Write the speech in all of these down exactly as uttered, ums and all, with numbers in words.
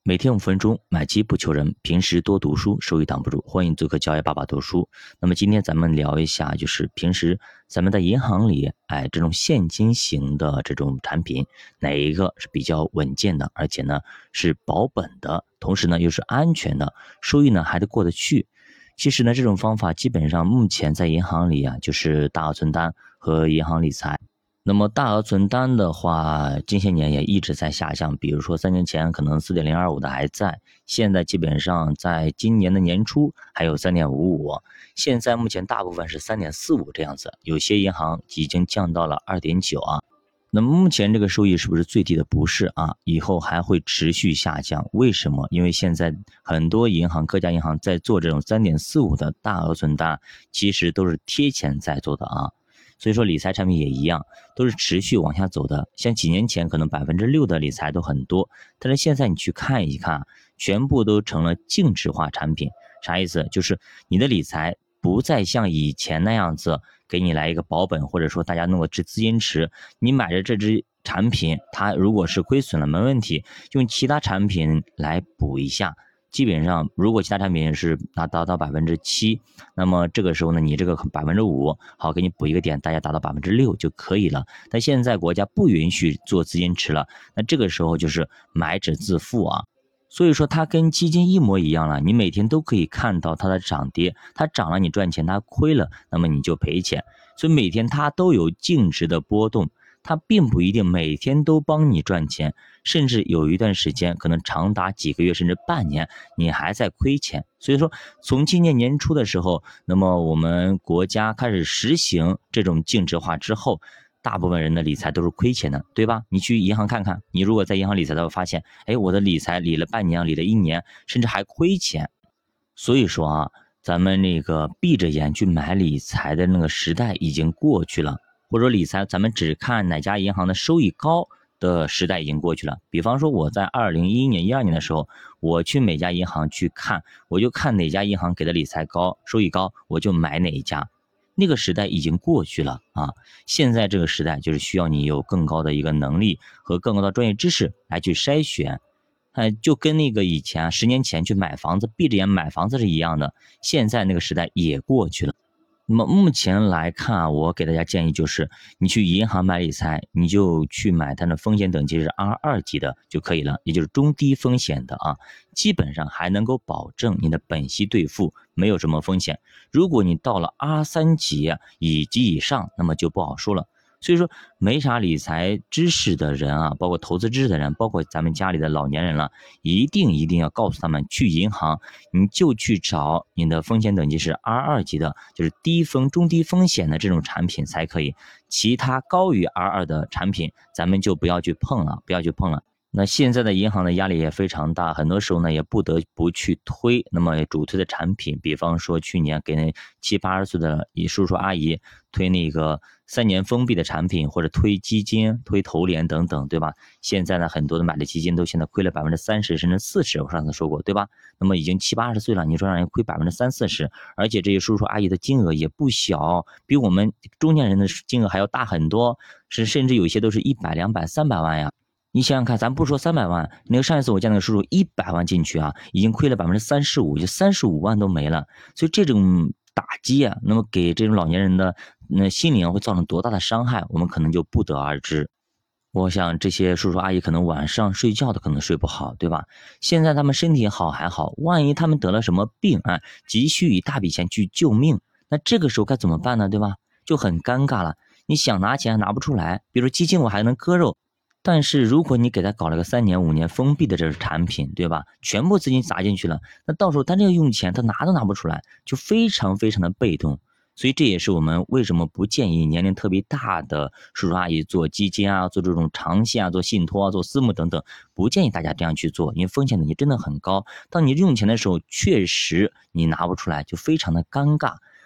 每天五分钟，买基不求人，平时多读书，收益挡不住。欢迎做客教育爸爸读书。那么今天咱们聊一下，就是平时咱们在银行里，哎，这种现金型的这种产品，哪一个是比较稳健的，而且呢是保本的，同时呢又是安全的，收益呢还得过得去。其实呢，这种方法基本上目前在银行里啊，就是大额存单和银行理财。那么大额存单的话，近些年也一直在下降，比如说三年前可能 四点零二五 的还在，现在基本上在今年的年初还有 三点五五， 现在目前大部分是 三点四五 这样子，有些银行已经降到了 二点九 啊。那么目前这个收益是不是最低的？不是啊，以后还会持续下降。为什么？因为现在很多银行，各家银行在做这种 三点四五 的大额存单，其实都是贴钱在做的啊。所以说理财产品也一样，都是持续往下走的。像几年前可能 百分之六 的理财都很多，但是现在你去看一看，全部都成了净值化产品。啥意思？就是你的理财不再像以前那样子给你来一个保本，或者说大家弄个资金池，你买着这只产品，它如果是亏损了没问题，用其他产品来补一下。基本上如果其他产品是达到到 百分之七， 那么这个时候呢，你这个 百分之五 好给你补一个点，大家达到 百分之六 就可以了。但现在国家不允许做资金池了，那这个时候就是买者自负啊。所以说它跟基金一模一样了，你每天都可以看到它的涨跌，它涨了你赚钱，它亏了那么你就赔钱，所以每天它都有净值的波动，它并不一定每天都帮你赚钱，甚至有一段时间可能长达几个月甚至半年你还在亏钱。所以说从今年年初的时候，那么我们国家开始实行这种净值化之后，大部分人的理财都是亏钱的，对吧？你去银行看看，你如果在银行理财的话，发现哎，我的理财理了半年，理了一年，甚至还亏钱。所以说啊，咱们那个闭着眼去买理财的那个时代已经过去了，或者说理财咱们只看哪家银行的收益高的时代已经过去了。比方说我在二零一一年一二年的时候，我去每家银行去看，我就看哪家银行给的理财高，收益高，我就买哪一家。那个时代已经过去了啊，现在这个时代就是需要你有更高的一个能力和更高的专业知识来去筛选。呃，就跟那个以前十年前去买房子，闭着眼买房子是一样的，现在那个时代也过去了。那么目前来看，我给大家建议就是，你去银行买理财，你就去买它的风险等级是 R 二 级的就可以了，也就是中低风险的啊，基本上还能够保证你的本息兑付，没有什么风险。如果你到了 R 三 级以及以上，那么就不好说了。所以说没啥理财知识的人啊，包括投资知识的人，包括咱们家里的老年人了，一定一定要告诉他们，去银行你就去找你的风险等级是 R 二 级的，就是低风中低风险的这种产品才可以，其他高于 R 二 的产品咱们就不要去碰了，不要去碰了。那现在的银行的压力也非常大，很多时候呢也不得不去推那么主推的产品，比方说去年给那七八十岁的叔叔阿姨推那个三年封闭的产品，或者推基金、推投联等等，对吧？现在呢很多的买的基金都现在亏了 百分之三十 甚至四十，我上次说过，对吧？那么已经七八十岁了，你说让人亏 百分之三四十， 而且这些叔叔阿姨的金额也不小，比我们中年人的金额还要大很多，是甚至有些都是一百、两百、三百万呀。你想想看，咱不说三百万，那个上一次我见那个叔叔一百万进去啊，已经亏了 百分之三十五， 就三十五万都没了。所以这种打击啊，那么给这种老年人的那心灵会造成多大的伤害，我们可能就不得而知。我想这些叔叔阿姨可能晚上睡觉的可能睡不好，对吧？现在他们身体好还好，万一他们得了什么病啊，急需一大笔钱去救命，那这个时候该怎么办呢？对吧？就很尴尬了。你想拿钱拿不出来，比如说基金我还能割肉，但是如果你给他搞了个三年五年封闭的这个产品，对吧？全部资金砸进去了，那到时候他这个用钱他拿都拿不出来，就非常非常的被动。所以这也是我们为什么不建议年龄特别大的叔叔阿姨做基金啊，做这种长线啊，做信托啊，做私募等等，不建议大家这样去做，因为风险等级真的很高。当你用钱的时候，确实你拿不出来，就非常的尴尬。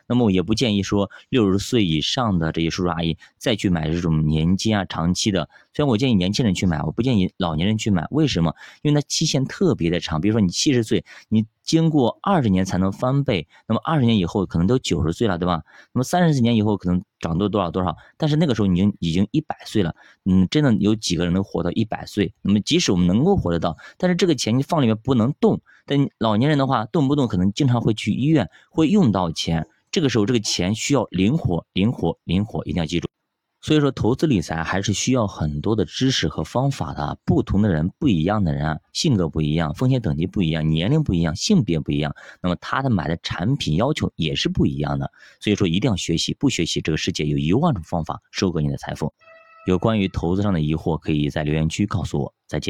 那么我也不建议说六十岁以上的这些叔叔阿姨再去买这种年金啊、长期的。虽然我建议年轻人去买，我不建议老年人去买。为什么？因为它期限特别的长。比如说你七十岁，你经过二十年才能翻倍，那么二十年以后可能都九十岁了，对吧？那么三十年以后可能涨到多少多少，但是那个时候你已经已经一百岁了。嗯，真的有几个人能活到一百岁？那么即使我们能够活得到，但是这个钱你放里面不能动。但老年人的话，动不动可能经常会去医院，会用到钱。这个时候这个钱需要灵活，灵活，灵活，一定要记住。所以说，投资理财还是需要很多的知识和方法的。不同的人，不一样的人啊，性格不一样，风险等级不一样，年龄不一样，性别不一样，那么他的买的产品要求也是不一样的。所以说，一定要学习，不学习，这个世界有一万种方法收割你的财富。有关于投资上的疑惑，可以在留言区告诉我。再见。